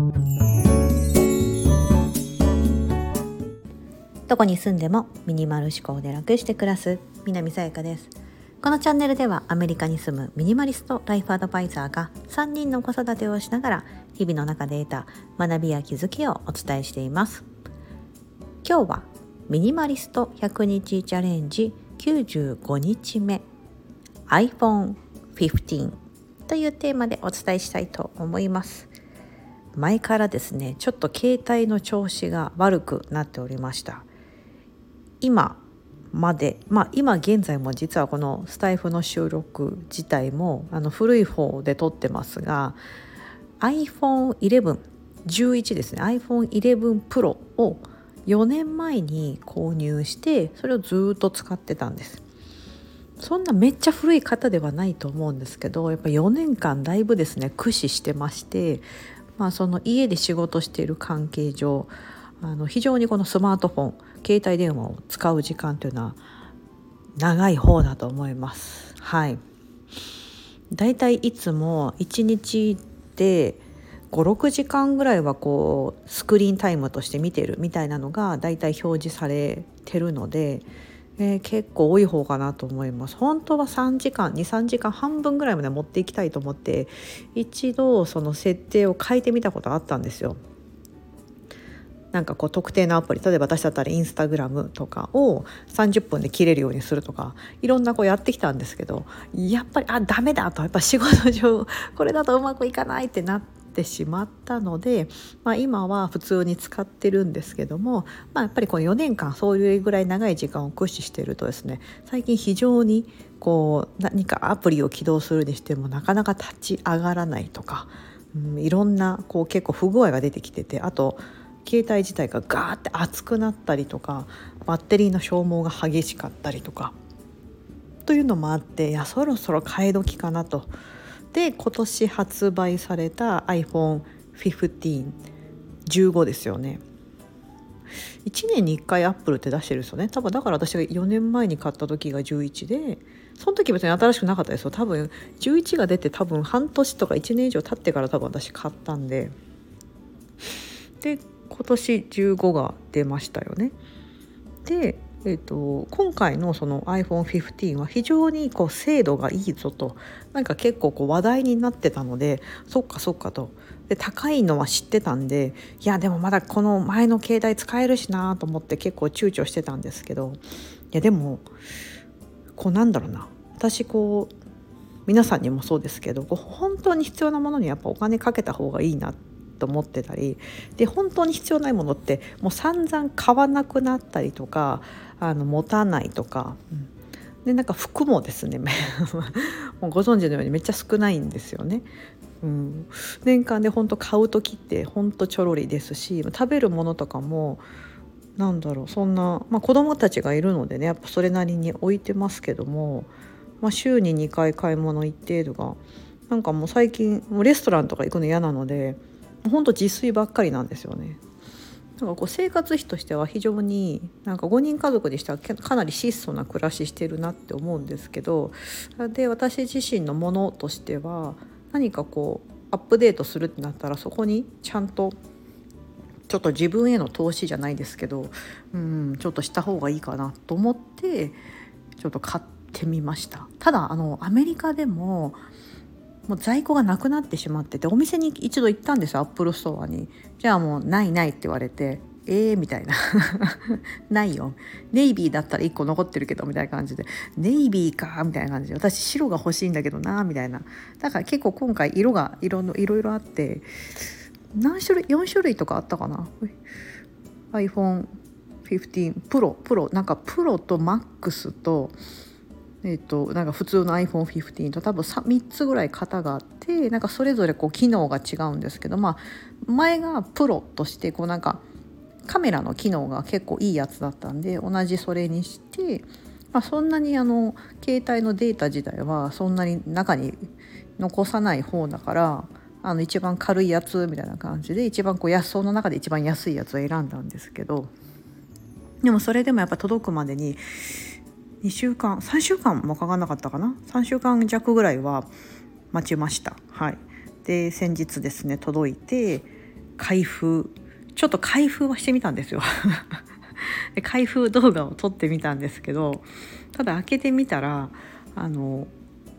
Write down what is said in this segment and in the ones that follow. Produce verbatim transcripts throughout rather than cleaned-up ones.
どこに住んでもミニマル思考で楽して暮らす南さやかです。このチャンネルではアメリカに住むミニマリストライフアドバイザーがさんにんの子育てをしながら日々の中で得た学びや気づきをお伝えしています。今日はミニマリストひゃくにちチャレンジきゅうじゅうごにちめ アイフォンじゅうご というテーマでお伝えしたいと思います。前からですね、ちょっと携帯の調子が悪くなっておりました。今まで、まあ今現在も実はこのスタイフの収録自体もあの古い方で撮ってますが、 アイフォンじゅういち じゅういちですね アイフォンじゅういち Pro をよねんまえに購入してそれをずっと使ってたんです。そんなめっちゃ古い方ではないと思うんですけど、やっぱよねんかんだいぶですね駆使してまして、まあ、その家で仕事している関係上、あの非常にこのスマートフォン携帯電話を使う時間というのは長い方だと思います。はい。だいたいいつもいちにちでご、ろくじかんぐらいはこうスクリーンタイムとして見てるみたいなのがだいたい表示されてるので、えー、結構多い方かなと思います。本当はさんじかんに、さんじかん半分ぐらいまで持っていきたいと思って一度その設定を変えてみたことあったんですよ。なんかこう特定のアプリ、例えば私だったらインスタグラムとかをさんじゅっぷんで切れるようにするとか、いろんなこうやってきたんですけど、やっぱりあダメだと、やっぱ仕事上これだとうまくいかないってなってしまったので、まあ、今は普通に使ってるんですけども、まあ、やっぱりこのよねんかんそういうぐらい長い時間を駆使しているとですね、最近非常にこう何かアプリを起動するにしてもなかなか立ち上がらないとか、うん、いろんなこう結構不具合が出てきてて、あと携帯自体がガーって熱くなったりとか、バッテリーの消耗が激しかったりとかというのもあって、いやそろそろ替え時かなと。で今年発売された アイフォンじゅうご じゅうごですよね。いちねんにいっかいアップルって出してるんですよね。多分だから私がよねんまえに買った時がじゅういちで、その時別に新しくなかったですよ。多分じゅういちが出て多分半年とかいちねん以上経ってから多分私買ったんで、で今年じゅうごが出ましたよね。で、えーと、今回のその アイフォンじゅうご は非常にこう精度がいいぞと、なんか結構こう話題になってたので、そっかそっかと。で高いのは知ってたんで、いやでもまだこの前の携帯使えるしなと思って結構躊躇してたんですけど、いやでもこうなんだろうな、私こう皆さんにもそうですけど、こう本当に必要なものにやっぱお金かけた方がいいなと思ってたりで、本当に必要ないものってもう散々買わなくなったりとか、あの持たないとか、うん、でなんか服もですねもうご存知のようにめっちゃ少ないんですよね。うん、年間で本当買う時って本当ちょろりですし、食べるものとかもなんだろう、そんな、まあ、子供たちがいるのでね、やっぱそれなりに置いてますけども、まあ、週ににかい買い物行ってとか、なんかもう最近もうレストランとか行くの嫌なのでほんと自炊ばっかりなんですよね。なんかこう生活費としては非常になんかごにん家族でしたらかなり質素な暮らししてるなって思うんですけど、で私自身のものとしては何かこうアップデートするってなったら、そこにちゃんとちょっと自分への投資じゃないですけど、うんちょっとした方がいいかなと思ってちょっと買ってみました。ただあのアメリカでももう在庫がなくなってしまってて、お店に一度行ったんですよ、アップルストアに。じゃあもうないないって言われて、えーみたいなないよ、ネイビーだったらいっこ残ってるけどみたいな感じで、ネイビーかみたいな感じで、私白が欲しいんだけどなみたいな。だから結構今回色がいろいろあって、何種類よんしゅるいとかあったかな。 アイフォンじゅうご Pro Pro なんかプロとマックスとえー、となんか普通の アイフォンじゅうご と多分 3, みっつぐらい型があって、なんかそれぞれこう機能が違うんですけど、まあ、前がプロとしてこうなんかカメラの機能が結構いいやつだったんで同じそれにして、まあ、そんなにあの携帯のデータ自体はそんなに中に残さない方だから、あの一番軽いやつみたいな感じで一番こう安そうの中で一番安いやつを選んだんですけど、でもそれでもやっぱ届くまでににしゅうかんさんしゅうかんもかかんなかったかな、さんしゅうかん弱ぐらいは待ちました。はい。で先日ですね届いて、 開封ちょっと開封はしてみたんですよで開封動画を撮ってみたんですけど、ただ開けてみたらあの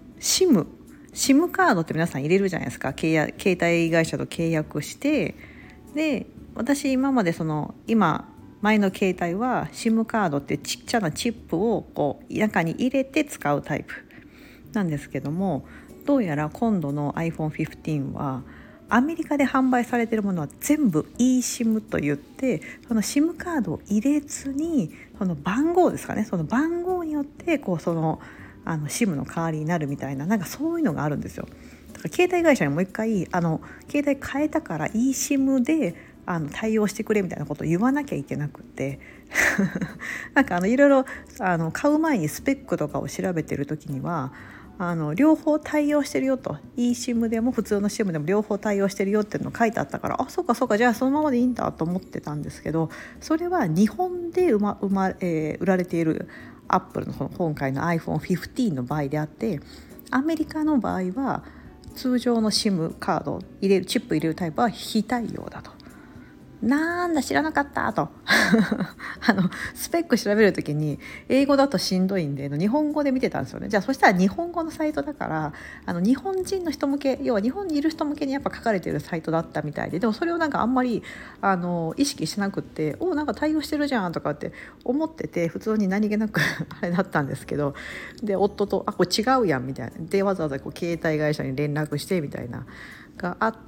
SIM SIM カードって皆さん入れるじゃないですか。契約携帯会社と契約して、で私今までその今前の携帯は SIM カードってちっちゃなチップをこう中に入れて使うタイプなんですけども、どうやら今度の アイフォンフィフティーン はアメリカで販売されているものは全部 eSIM といって、その SIM カードを入れずにその番号ですかね、その番号によってこうそのあの SIM の代わりになるみたいな、なんかそういうのがあるんですよ。だから携帯会社にもう一回あの携帯変えたから eSIM であの対応してくれみたいなことを言わなきゃいけなくてなんかあのいろいろあの買う前にスペックとかを調べてる時にはあの両方対応してるよと、 eSIM でも普通の SIM でも両方対応してるよっていうの書いてあったから、あそうかそうかじゃあそのままでいいんだと思ってたんですけど、それは日本で生ま、生まえー、売られているアップルの今回の アイフォンフィフティーン の場合であって、アメリカの場合は通常の SIM カード入れるチップ入れるタイプは非対応だと。なんだ知らなかったとあのスペック調べるときに英語だとしんどいんで日本語で見てたんですよね。じゃあそしたら日本語のサイトだからあの日本人の人向け、要は日本にいる人向けにやっぱ書かれているサイトだったみたいで、でもそれをなんかあんまりあの意識しなくって、おなんか対応してるじゃんとかって思ってて普通に何気なくあれだったんですけど、で夫とあこれ違うやんみたいなでわざわざこう携帯会社に連絡してみたいながあって、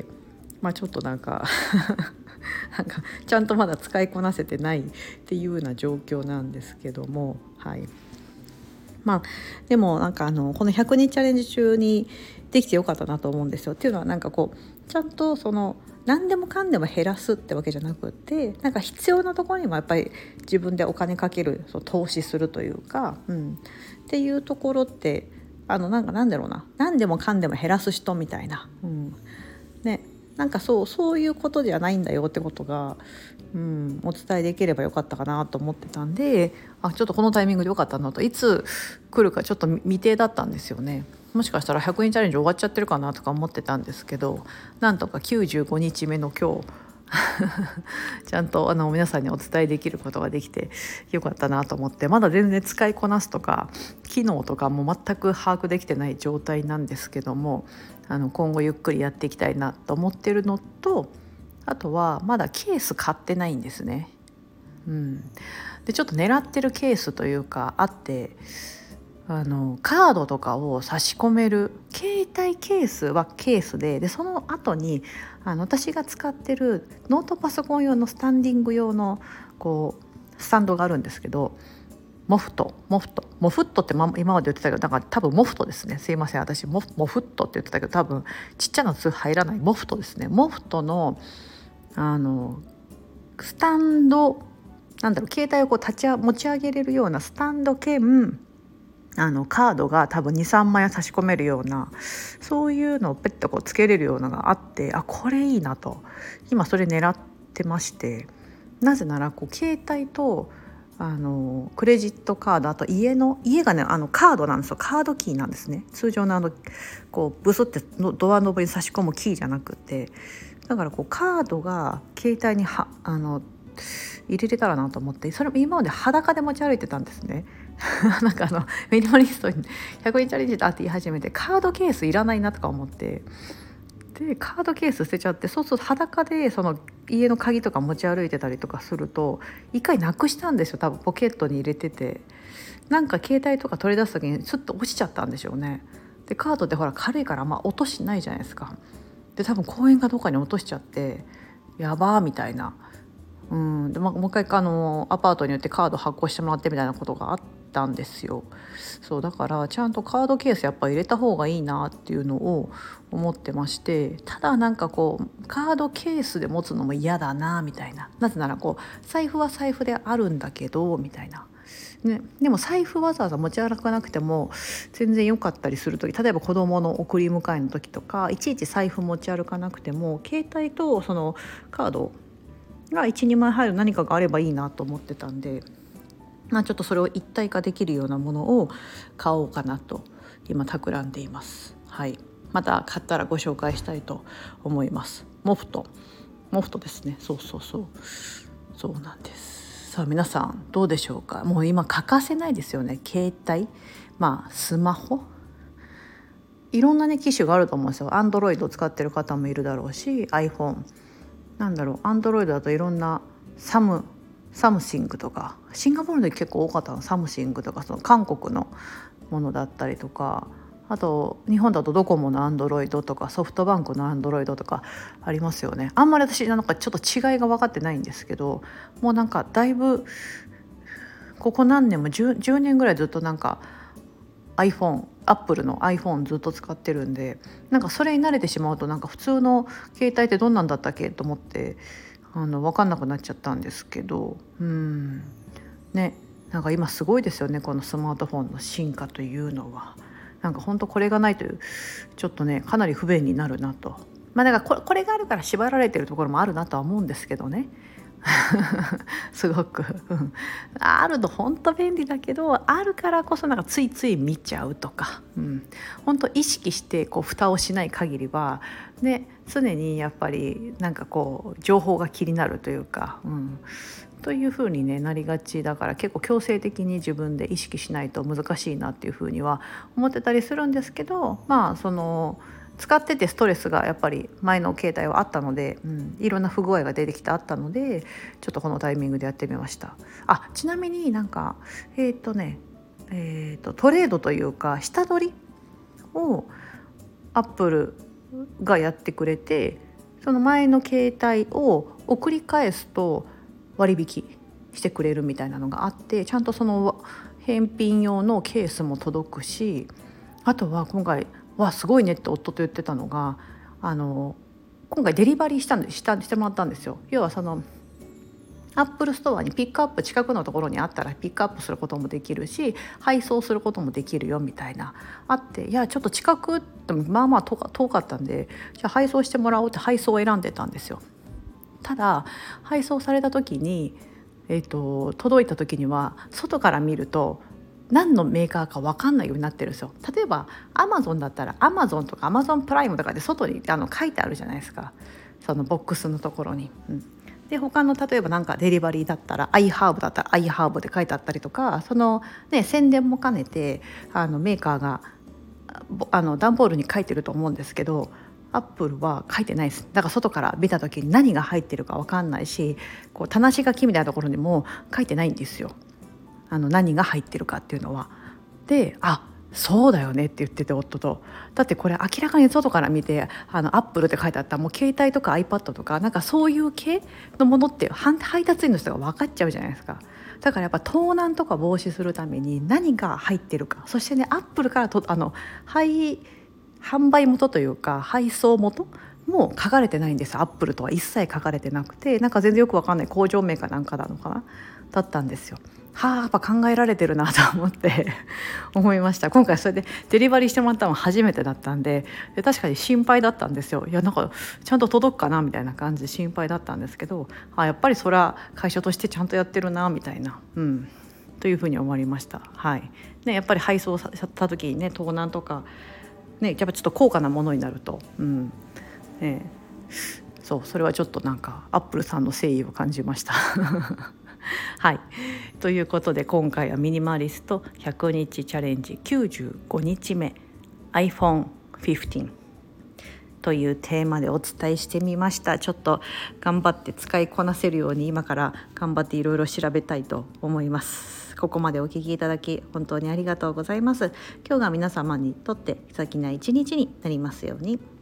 まあちょっとなんかなんかちゃんとまだ使いこなせてないっていうような状況なんですけども、はい、まあでもなんかあのこのひゃくにちチャレンジ中にできてよかったなと思うんですよ。っていうのはなんかこうちゃんとその何でもかんでも減らすってわけじゃなくて、なんか必要なところにもやっぱり自分でお金かける、そう投資するというか、うん、っていうところってあのなんかなんだろうな、何でもかんでも減らす人みたいな、うんね、なんかそうそういうことじゃないんだよってことが、うん、お伝えできればよかったかなと思ってたんで、あちょっとこのタイミングでよかったなと、いつ来るかちょっと未定だったんですよね。もしかしたらひゃくにちチャレンジ終わっちゃってるかなとか思ってたんですけど、なんとかきゅうじゅうごにちめの今日ちゃんとあの皆さんにお伝えできることができてよかったなと思って、まだ全然使いこなすとか機能とかも全く把握できてない状態なんですけども、あの今後ゆっくりやっていきたいなと思ってるのと、あとはまだケース買ってないんですね、うん、でちょっと狙ってるケースというかあって、あのカードとかを差し込める携帯ケースはケースで、でその後にあの私が使ってるノートパソコン用のスタンディング用のこうスタンドがあるんですけど、モフトモフトモフットって、ま、今まで言ってたけどなんか多分モフトですね、すいません私モフ、モフットって言ってたけど多分ちっちゃな「つ」入らないモフトですね。モフトのあのスタンドなんだろう、携帯をこう立ち持ち上げれるようなスタンド兼あのカードが多分 にさんまい差し込めるような、そういうのをペッとこうつけれるようなのがあって、あこれいいなと今それ狙ってまして、なぜならこう携帯とあのクレジットカード、あと家の家がねあのカードなんですよ、カードキーなんですね。通常のあのこうブスってのドアノブに差し込むキーじゃなくて、だからこうカードが携帯にはあの入れれたらなと思って、それも今まで裸で持ち歩いてたんですねなんかあのミニマリストにひゃくにちチャレンジだって言い始めてカードケースいらないなとか思って、でカードケース捨てちゃって、そうすると裸でその家の鍵とか持ち歩いてたりとかすると一回なくしたんですよ、多分ポケットに入れてて、なんか携帯とか取り出す時にスッと落ちちゃったんでしょうね。でカードってほら軽いからまあ落としないじゃないですか。で多分公園かどっかに落としちゃってやばーみたいな、うんで、まあ、もう一回あのアパートによってカード発行してもらってみたいなことがあったんですよ。そうだからちゃんとカードケースやっぱ入れた方がいいなっていうのを思ってまして、ただなんかこうカードケースで持つのも嫌だなみたいな、なぜならこう財布は財布であるんだけどみたいな、ね、でも財布わざわざ持ち歩かなくても全然良かったりする時、例えば子どもの送り迎えの時とかいちいち財布持ち歩かなくても携帯とそのカードが いち,に 枚入る何かがあればいいなと思ってたんで、まあ、ちょっとそれを一体化できるようなものを買おうかなと今企んでいます。はい、また買ったらご紹介したいと思います。モフトモフトですね。そうそうそうそうなんです。さあ皆さんどうでしょうか。もう今欠かせないですよね。携帯、まあスマホ、いろんなね機種があると思うんですよ。 Android を使ってる方もいるだろうし、 iPhone、 なんだろう、 Android だといろんなサムサムシングとか、シンガポールで結構多かったのサムシングとか、その韓国のものだったりとか、あと日本だとドコモのアンドロイドとかソフトバンクのアンドロイドとかありますよね。あんまり私なんかちょっと違いが分かってないんですけど、もうなんかだいぶここ何年も 10, 10年ぐらいずっとなんか iPhone、 アップルの iPhone ずっと使ってるんで、なんかそれに慣れてしまうとなんか普通の携帯ってどんなんだったっけと思ってあの分かんなくなっちゃったんですけど、うんね、なんか今すごいですよね、このスマートフォンの進化というのは。なんか本当これがないとちょっとねかなり不便になるなと。まあだからこれ、これがあるから縛られてるところもあるなとは思うんですけどねすごくあると本当便利だけど、あるからこそなんかついつい見ちゃうとか、うん、本当意識してこう蓋をしない限りはね、常にやっぱりなんかこう情報が気になるというか、うん、というふうに、ね、なりがちだから、結構強制的に自分で意識しないと難しいなっていうふうには思ってたりするんですけど、まあその使っててストレスがやっぱり前の携帯はあったので、うん、いろんな不具合が出てきてあったので、ちょっとこのタイミングでやってみました。あ、ちなみになんかえっ、ー、とねえーとトレードというか下取りをアップルがやってくれて、その前の携帯を送り返すと割引してくれるみたいなのがあって、ちゃんとその返品用のケースも届くし、あとは今回わすごいねって夫と言ってたのが、あの今回デリバリーしたんでしたしてもらったんですよ。要はそのアップルストアにピックアップ近くのところにあったらピックアップすることもできるし、配送することもできるよみたいなあって、いやちょっと近くってまあまあ遠か、遠かったんで、じゃあ配送してもらおうって配送を選んでたんですよ。ただ配送された時に、えーと、届いた時には外から見ると何のメーカーか分かんないようになってるんですよ。例えばアマゾンだったらアマゾンとかアマゾンプライムとかで外にあの書いてあるじゃないですか、そのボックスのところに、うん、で他の例えばなんかデリバリーだったら iHerb だったら iHerb で書いてあったりとか、その、ね、宣伝も兼ねてあのメーカーがあの段ボールに書いてると思うんですけど、アップルは書いてないです。だから外から見た時に何が入ってるか分かんないし、こう棚し書きみたいなところにも書いてないんですよ、あの何が入ってるかっていうのは。で、あ、そうだよねって言ってて夫と、だってこれ明らかに外から見てあのアップルって書いてあったらもう携帯とか iPad とかなんかそういう系のものって配達員の人が分かっちゃうじゃないですか。だからやっぱ盗難とか防止するために何が入ってるか、そしてねアップルからとあの配販売元というか配送元も書かれてないんです。アップルとは一切書かれてなくて、なんか全然よくわかんない工場名かなんかなのかなだったんですよ。はあ、やっぱ考えられてるなと思って思いました。今回それでデリバリーしてもらったの初めてだったん で, で確かに心配だったんですよ。いやなんかちゃんと届くかなみたいな感じで心配だったんですけど、あやっぱりそれは会社としてちゃんとやってるなみたいな、うんというふうに思いました。はいね、やっぱり配送された時にね盗難とかね、やっぱちょっと高価なものになると、うんね、そうそれはちょっとなんかアップルさんの誠意を感じましたはい、ということで今回はミニマリストひゃくにちチャレンジきゅうじゅうごにちめ アイフォンじゅうご というテーマでお伝えしてみました。ちょっと頑張って使いこなせるように今から頑張っていろいろ調べたいと思います。ここまでお聞きいただき本当にありがとうございます。今日が皆様にとって素敵な一日になりますように。